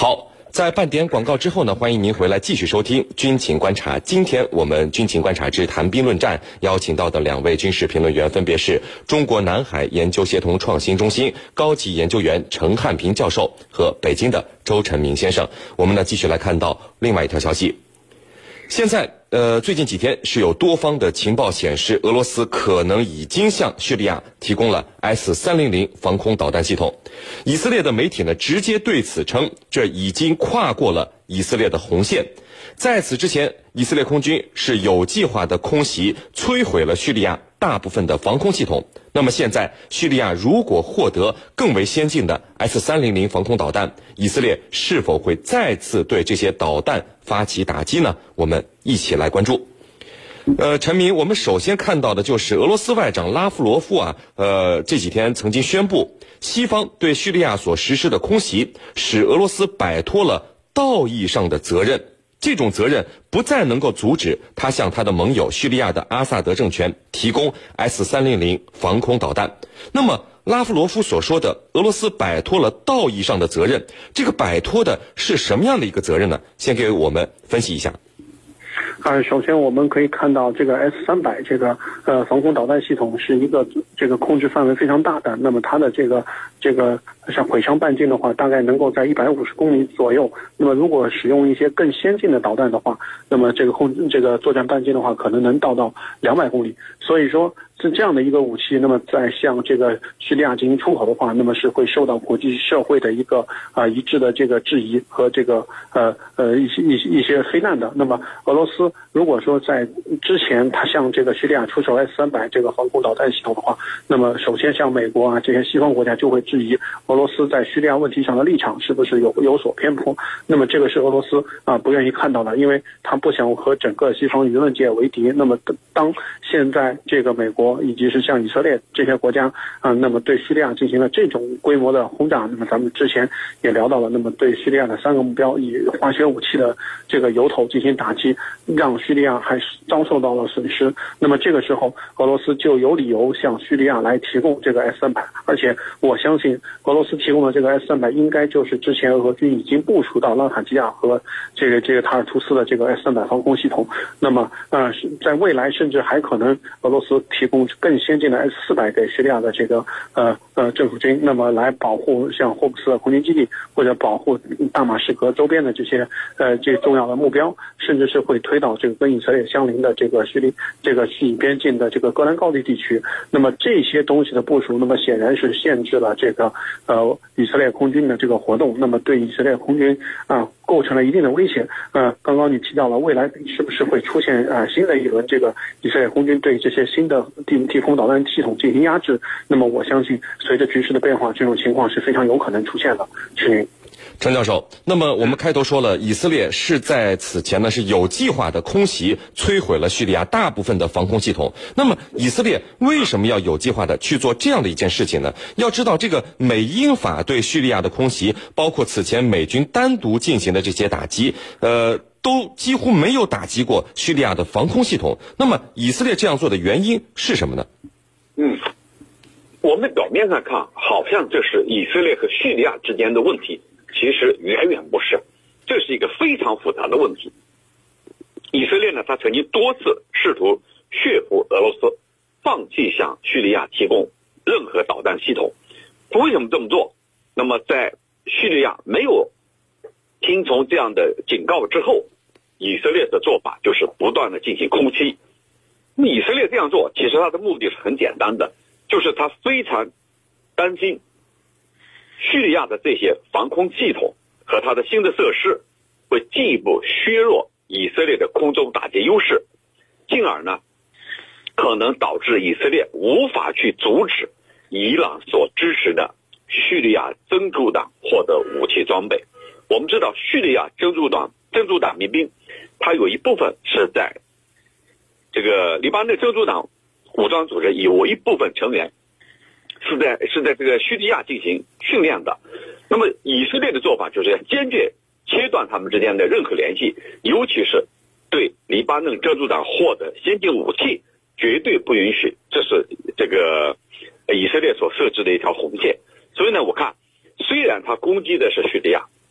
好，在半点广告之后呢，欢迎您回来继续收听军情观察。今天我们军情观察之谈兵论战邀请到的两位军事评论员分别是中国南海研究协同创新中心高级研究员陈汉平教授和北京的周晨明先生。我们呢继续来看到另外一条消息。现在最近几天是有多方的情报显示，俄罗斯可能已经向叙利亚提供了 S-300 防空导弹系统。以色列的媒体呢直接对此称，这已经跨过了以色列的红线。在此之前，以色列空军是有计划的空袭摧毁了叙利亚大部分的防空系统。那么现在叙利亚如果获得更为先进的 S-300 防空导弹，以色列是否会再次对这些导弹发起打击呢？我们一起来关注。陈明，我们首先看到的就是俄罗斯外长拉夫罗夫这几天曾经宣布，西方对叙利亚所实施的空袭使俄罗斯摆脱了道义上的责任，这种责任不再能够阻止他向他的盟友叙利亚的阿萨德政权提供 S-300 防空导弹。那么拉夫罗夫所说的俄罗斯摆脱了道义上的责任，这个摆脱的是什么样的一个责任呢？先给我们分析一下。 首先我们可以看到这个 S-300这个防空导弹系统是一个这个控制范围非常大的，那么它的这个像毁伤半径的话，大概能够在150公里左右。那么如果使用一些更先进的导弹的话，那么这个作战半径的话，可能能到200公里。所以说是这样的一个武器，那么在向这个叙利亚进行出口的话，那么是会受到国际社会的一个一致的这个质疑和这个一些非难的。那么俄罗斯如果说在之前他向这个叙利亚出售 S-300这个防空导弹系统的话，那么首先像美国这些西方国家就会质疑俄罗斯在叙利亚问题上的立场是不是有所偏颇。那么这个是俄罗斯不愿意看到的，因为他不想和整个西方舆论界为敌。那么当现在这个美国以及是像以色列这些国家那么对叙利亚进行了这种规模的轰炸，那么咱们之前也聊到了，那么对叙利亚的3个目标以化学武器的这个由头进行打击，让叙利亚还遭受到了损失。那么这个时候俄罗斯就有理由向叙利亚来提供这个 S-300，而且我相信俄罗斯提供的这个 S-300应该就是之前俄军已经部署到拉塔基亚和这个塔尔图斯的这个 S-300防空系统。那么在未来甚至还可能俄罗斯提供更先进的 S-400给叙利亚的这个政府军，那么来保护像霍姆斯的空军基地，或者保护大马士革周边的这些重要的目标，甚至是会推到这个跟以色列相邻的这个叙利边境的这个戈兰高地地区。那么这些东西的部署，那么显然是限制了这个以色列空军的这个活动，那么对以色列空军构成了一定的威胁。刚刚你提到了未来是不是会出现新的一轮这个以色列空军对这些新的地空导弹系统进行压制？那么我相信随着局势的变化，这种情况是非常有可能出现的。 陈教授，那么我们开头说了，以色列是在此前呢是有计划的空袭摧毁了叙利亚大部分的防空系统。那么以色列为什么要有计划的去做这样的一件事情呢？要知道，这个美英法对叙利亚的空袭，包括此前美军单独进行的这些打击，都几乎没有打击过叙利亚的防空系统。那么以色列这样做的原因是什么呢？ 我们表面上看好像这是以色列和叙利亚之间的问题，其实远远不是，这是一个非常复杂的问题。以色列呢，他曾经多次试图说服俄罗斯放弃向叙利亚提供任何导弹系统。为什么这么做？那么在叙利亚没有听从这样的警告之后，以色列的做法就是不断的进行空袭。以色列这样做其实他的目的是很简单的，就是他非常担心叙利亚的这些防空系统和它的新的设施会进一步削弱以色列的空中打击优势，进而呢可能导致以色列无法去阻止伊朗所支持的叙利亚真主党获得武器装备。我们知道叙利亚真主党民兵，它有一部分是在这个黎巴嫩真主党武装组织，有一部分成员是在这个叙利亚进行训练的。那么以色列的做法就是要坚决切断他们之间的任何联系，尤其是对黎巴嫩真主党获得先进武器绝对不允许，这是这个以色列所设置的一条红线。所以呢，我看虽然他攻击的是叙利亚，以色列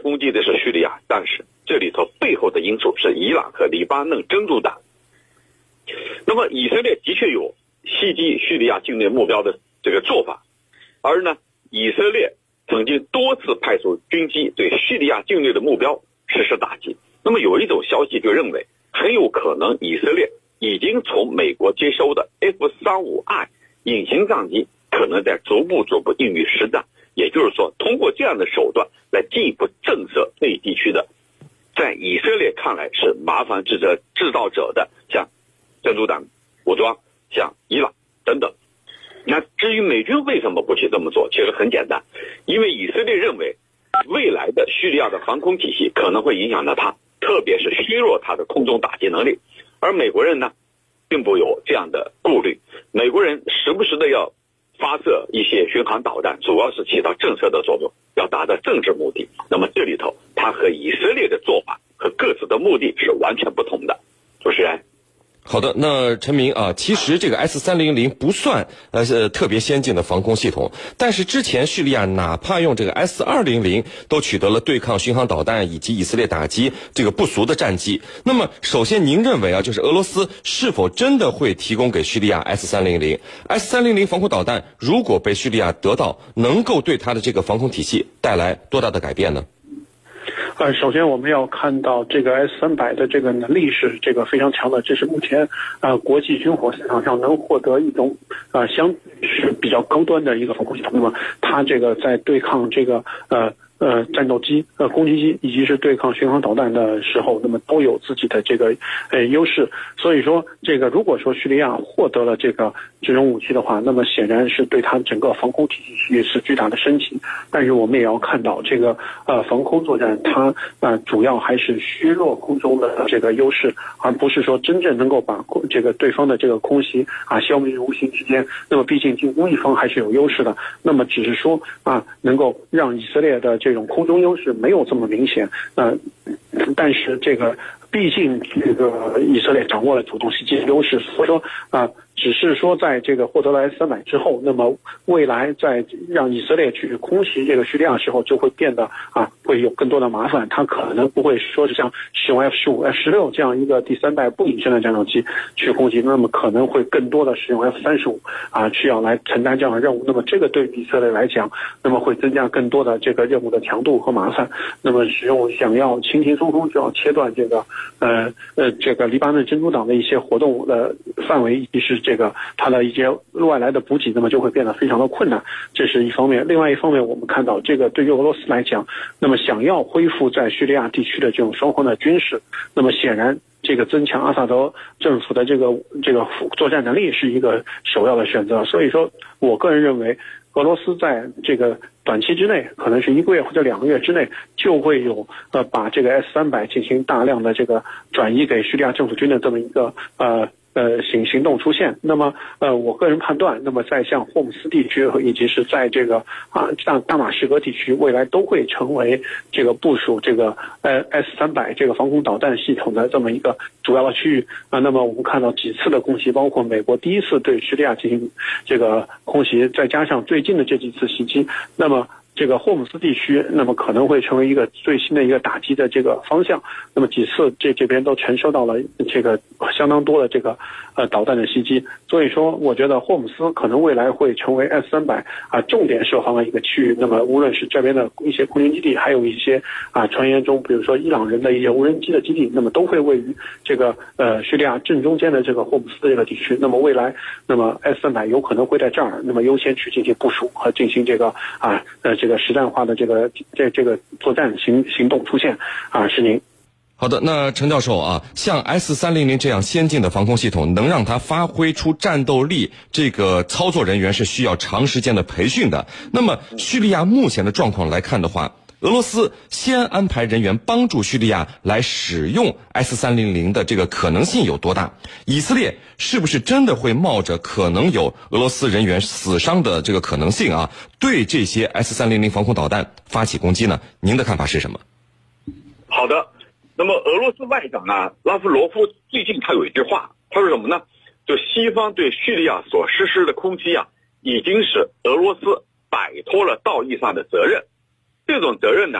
攻击的是叙利亚，但是这里头背后的因素是伊朗和黎巴嫩真主党。那么以色列的确有袭击叙利亚境内目标的这个做法，而呢，以色列曾经多次派出军机对叙利亚境内的目标实施打击。那么有一种消息就认为，很有可能以色列已经从美国接收的 F-35I 隐形战机可能在逐步应用实战，也就是说通过这样的手段来进一步震慑那一地区的在以色列看来是麻烦制造者的像真主党武装、像伊朗等等。那至于美军为什么不去这么做，其实很简单，因为以色列认为未来的叙利亚的防空体系可能会影响到它，特别是削弱它的空中打击能力。而美国人呢并不有这样的顾虑，美国人时不时的要发射一些巡航导弹，主要是起到震慑的作用，要达到政治目的。那么这里头它和以色列的做法和各自的目的是完全不同的。主持人。 好的，那陈明啊，其实这个 S-300不算特别先进的防空系统，但是之前叙利亚哪怕用这个 S-200都取得了对抗巡航导弹以及以色列打击这个不俗的战绩。那么首先您认为啊，就是俄罗斯是否真的会提供给叙利亚 S-300 防空导弹，如果被叙利亚得到，能够对它的这个防空体系带来多大的改变呢？ 首先我们要看到这个 S-300的这个能力是这个非常强的，这是目前国际军火市场上能获得一种相是比较高端的一个防空系统。那么它这个在对抗这个战斗机、攻击机以及是对抗巡航导弹的时候，那么都有自己的这个优势。所以说，这个如果说叙利亚获得了这种武器的话，那么显然是对它整个防空体系是巨大的升级。但是我们也要看到，这个防空作战它主要还是削弱空中的这个优势，而不是说真正能够把这个对方的这个空袭消灭于无形之间。那么毕竟进攻一方还是有优势的，那么只是说能够让以色列的这种空中优势没有这么明显，但是这个毕竟这个以色列掌握了主动袭击的优势，所以说只是说在这个获得了 S-300之后，那么未来在让以色列去空袭这个叙利亚的时候，就会变得会有更多的麻烦。它可能不会说是像使用 F-15、F-16这样一个第三代不隐身的战斗机去攻击，那么可能会更多的使用 F-35需要来承担这样的任务。那么这个对以色列来讲，那么会增加更多的这个任务的强度和麻烦。那么想要轻轻松松就要切断这个黎巴嫩真主党的一些活动的范围，以及是这个它的一些外来的补给，那么就会变得非常的困难。这是一方面。另外一方面，我们看到这个对于俄罗斯来讲，那么想要恢复在叙利亚地区的这种双方的军事，那么显然这个增强阿萨德政府的这个作战能力是一个首要的选择。所以说我个人认为，俄罗斯在这个短期之内，可能是1个月或者2个月之内，就会有把这个 S-300进行大量的这个转移给叙利亚政府军的这么一个行动出现。那么我个人判断，那么在像霍姆斯地区以及是在这个大马士革地区，未来都会成为这个部署这个S-300这个防空导弹系统的这么一个主要的区域那么我们看到几次的空袭，包括美国第一次对叙利亚进行这个空袭，再加上最近的这几次袭击，那么这个霍姆斯地区，那么可能会成为一个最新的一个打击的这个方向。那么几次这边都承受到了这个相当多的这个导弹的袭击，所以说我觉得霍姆斯可能未来会成为 S-300重点设防的一个区域。那么无论是这边的一些空军基地，还有一些传言中比如说伊朗人的一些无人机的基地，那么都会位于这个叙利亚正中间的这个霍姆斯的这个地区。那么未来那么 S-300有可能会在这儿那么优先去进行部署和进行这个这个实战化的这个作战行动出现是您。 好的，那陈教授像 S-300这样先进的防空系统，能让它发挥出战斗力，这个操作人员是需要长时间的培训的。那么叙利亚目前的状况来看的话，俄罗斯先安排人员帮助叙利亚来使用 S-300的这个可能性有多大？以色列是不是真的会冒着可能有俄罗斯人员死伤的这个可能性对这些 S-300防空导弹发起攻击呢？您的看法是什么？ 好的，那么俄罗斯外长拉夫罗夫最近他有一句话，他说什么呢？就西方对叙利亚所实施的空袭已经是俄罗斯摆脱了道义上的责任。这种责任呢，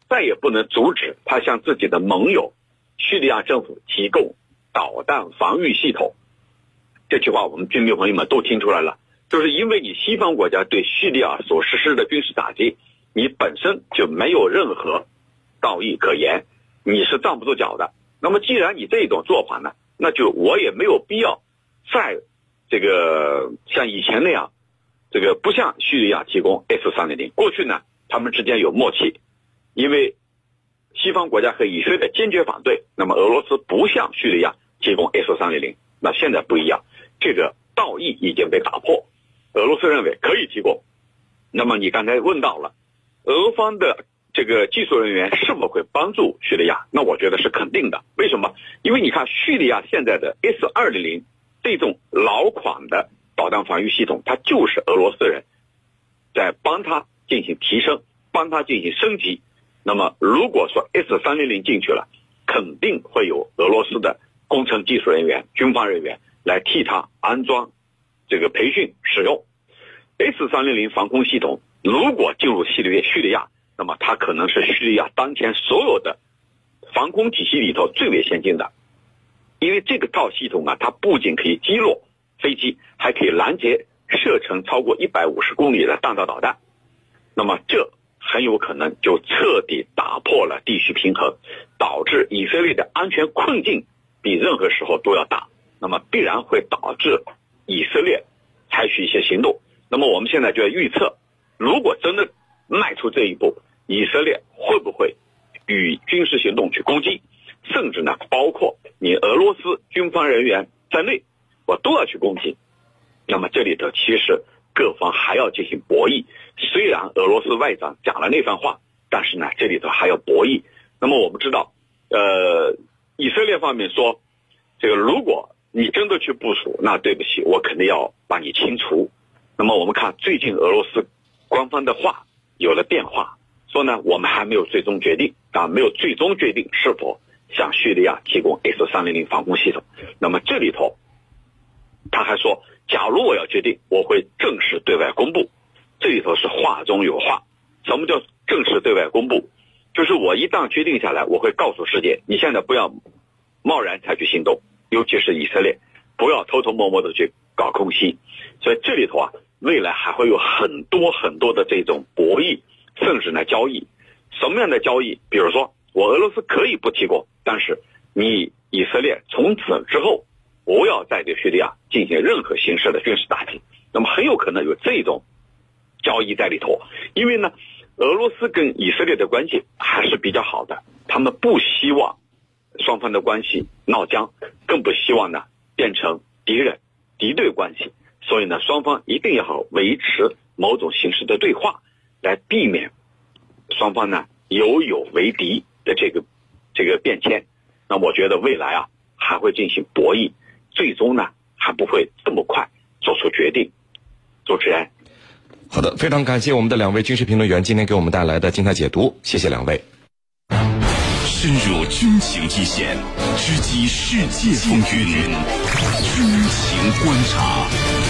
再也不能阻止他向自己的盟友叙利亚政府提供导弹防御系统。这句话我们军迷朋友们都听出来了，就是因为你西方国家对叙利亚所实施的军事打击，你本身就没有任何道义可言，你是站不住脚的。那么既然你这种做法呢，那就我也没有必要再这个像以前那样，这个不向叙利亚提供 S-300。过去呢，他们之间有默契，因为西方国家和以色列坚决反对，那么俄罗斯不向叙利亚提供 S-300。那现在不一样，这个道义已经被打破，俄罗斯认为可以提供。那么你刚才问到了俄方的这个技术人员是否会帮助叙利亚，那我觉得是肯定的。为什么？因为你看叙利亚现在的 S-200这种老款的导弹防御系统，它就是俄罗斯人在帮他进行提升，帮他进行升级。那么如果说 S-300进去了，肯定会有俄罗斯的工程技术人员、军方人员来替他安装、这个培训使用。S-300防空系统如果进入叙利亚，那么它可能是叙利亚当前所有的防空体系里头最为先进的。因为这个套系统啊，它不仅可以击落飞机，还可以拦截射程超过150公里的弹道导弹。那么这很有可能就彻底打破了地区平衡，导致以色列的安全困境比任何时候都要大，那么必然会导致以色列采取一些行动。那么我们现在就要预测，如果真的迈出这一步，以色列会不会与军事行动去攻击，甚至呢包括你俄罗斯军方人员在内，我都要去攻击。那么这里头其实各方还要进行博弈，虽然俄罗斯外长讲了那番话，但是呢这里头还要博弈。那么我们知道以色列方面说，这个如果你真的去部署，那对不起，我肯定要把你清除。那么我们看最近俄罗斯官方的话有了变化，说呢我们还没有最终决定没有最终决定是否向叙利亚提供 S-300防空系统。那么这里头他还说，假如我要决定，我会正式对外公布。这里头是话中有话。什么叫正式对外公布？就是我一旦决定下来，我会告诉世界，你现在不要贸然采取行动，尤其是以色列，不要偷偷摸摸的去搞空袭。所以这里头啊，未来还会有很多很多的这种博弈，甚至呢交易。什么样的交易？比如说我俄罗斯可以不提供，但是你以色列从此之后不要再对叙利亚进行任何形式的军事打击，那么很有可能有这种交易在里头。因为呢俄罗斯跟以色列的关系还是比较好的，他们不希望双方的关系闹僵，更不希望呢变成敌人敌对关系。所以呢双方一定要维持某种形式的对话，来避免双方呢有为敌的这个变迁。那我觉得未来啊还会进行博弈，最终呢还不会这么快做出决定。主持人， 好的，非常感谢我们的两位军事评论员今天给我们带来的精彩解读，谢谢两位。 深入军情一线，直击世界风云，军情观察。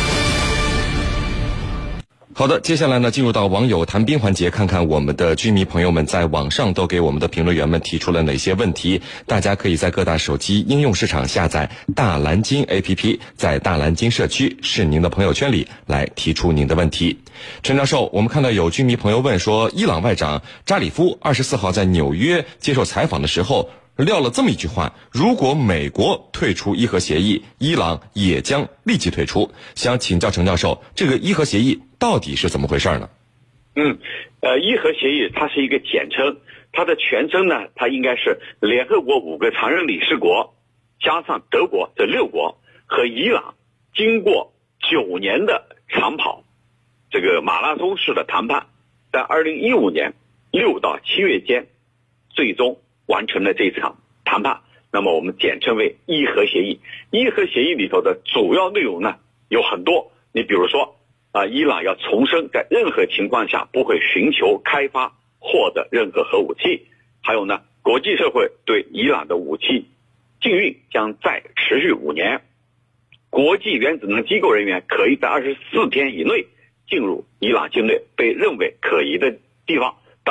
好的，接下来呢，进入到网友谈兵环节，看看我们的军迷朋友们在网上都给我们的评论员们提出了哪些问题。大家可以在各大手机应用市场下载大蓝鲸 APP， 在大蓝鲸社区是您的朋友圈里来提出您的问题。陈教授，我们看到有军迷朋友问说，伊朗外长扎里夫24号在纽约接受采访的时候撂了这么一句话，如果美国退出伊核协议，伊朗也将立即退出。想请教陈教授，这个伊核协议到底是怎么回事呢？ 伊核协议它是一个简称，它的全称呢，它应该是联合国5个常任理事国加上德国这6国和伊朗经过9年的长跑，这个马拉松式的谈判，在2015年6到7月间最终完成了这场谈判。那么我们简称为伊核协议。伊核协议里头的主要内容呢有很多，你比如说伊朗要重申在任何情况下不会寻求开发获得任何核武器，还有呢国际社会对伊朗的武器禁运将再持续5年，国际原子能机构人员可以在24天以内进入伊朗境内被认为可疑的地方等等。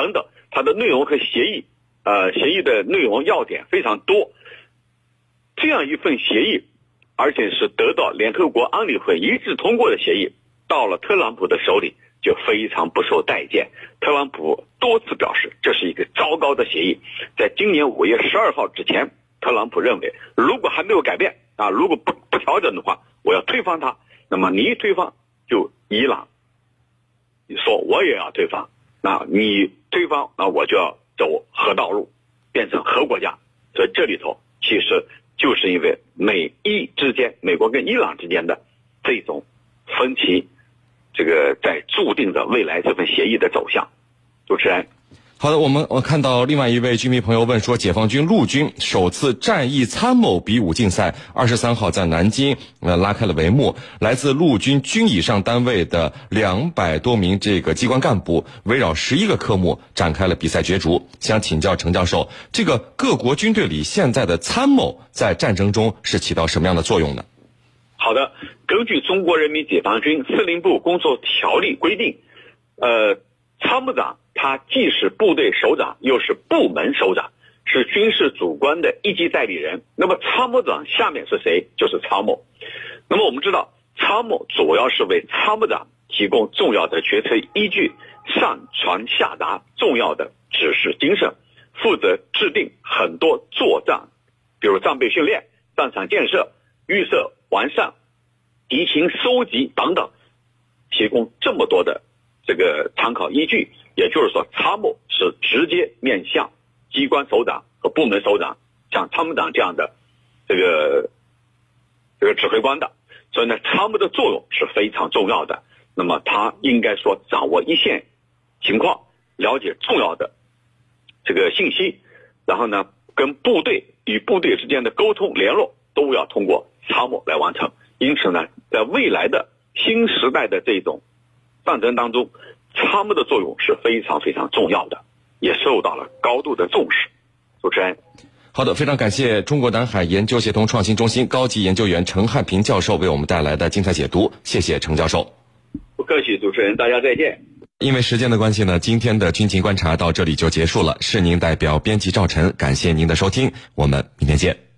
它的内容和协议的内容要点非常多。这样一份协议，而且是得到联合国安理会一致通过的协议，到了特朗普的手里就非常不受待见。特朗普多次表示这是一个糟糕的协议。在今年5月12号之前，特朗普认为如果还没有改变如果不调整的话，我要推翻它。那么你一推翻，就伊朗你说我也要推翻，那你推翻，那我就要走核道路，变成核国家。所以这里头其实就是因为美国跟伊朗之间的这种分歧，这个在注定着未来这份协议的走向。主持人。 好的，我看到另外一位居民朋友问说，解放军陆军首次战役参谋比武竞赛23号在南京拉开了帷幕，来自陆军军以上单位的200多名这个机关干部围绕11个科目展开了比赛角逐。想请教程教授，这个各国军队里现在的参谋在战争中是起到什么样的作用呢？ 好的，根据中国人民解放军司令部工作条例规定，参谋长他既是部队首长又是部门首长，是军事主官的一级代理人。那么参谋长下面是谁？就是参谋。那么我们知道，参谋主要是为参谋长提供重要的决策依据，上传下达重要的指示精神，负责制定很多作战，比如战备训练、战场建设、预设完善、敌情收集等等，提供这么多的这个参考依据。也就是说，参谋是直接面向机关首长和部门首长，像参谋长这样的这个指挥官的。所以呢，参谋的作用是非常重要的。那么他应该说掌握一线情况，了解重要的这个信息，然后呢，跟部队与部队之间的沟通联络都要通过参谋来完成。因此呢，在未来的新时代的这种战争当中，参谋的作用是非常非常重要的，也受到了高度的重视。主持人。 好的，非常感谢中国南海研究协同创新中心高级研究员程汉平教授为我们带来的精彩解读，谢谢程教授。 不客气，主持人，大家再见。 因为时间的关系呢，今天的军情观察到这里就结束了。是您代表编辑赵晨，感谢您的收听，我们明天见。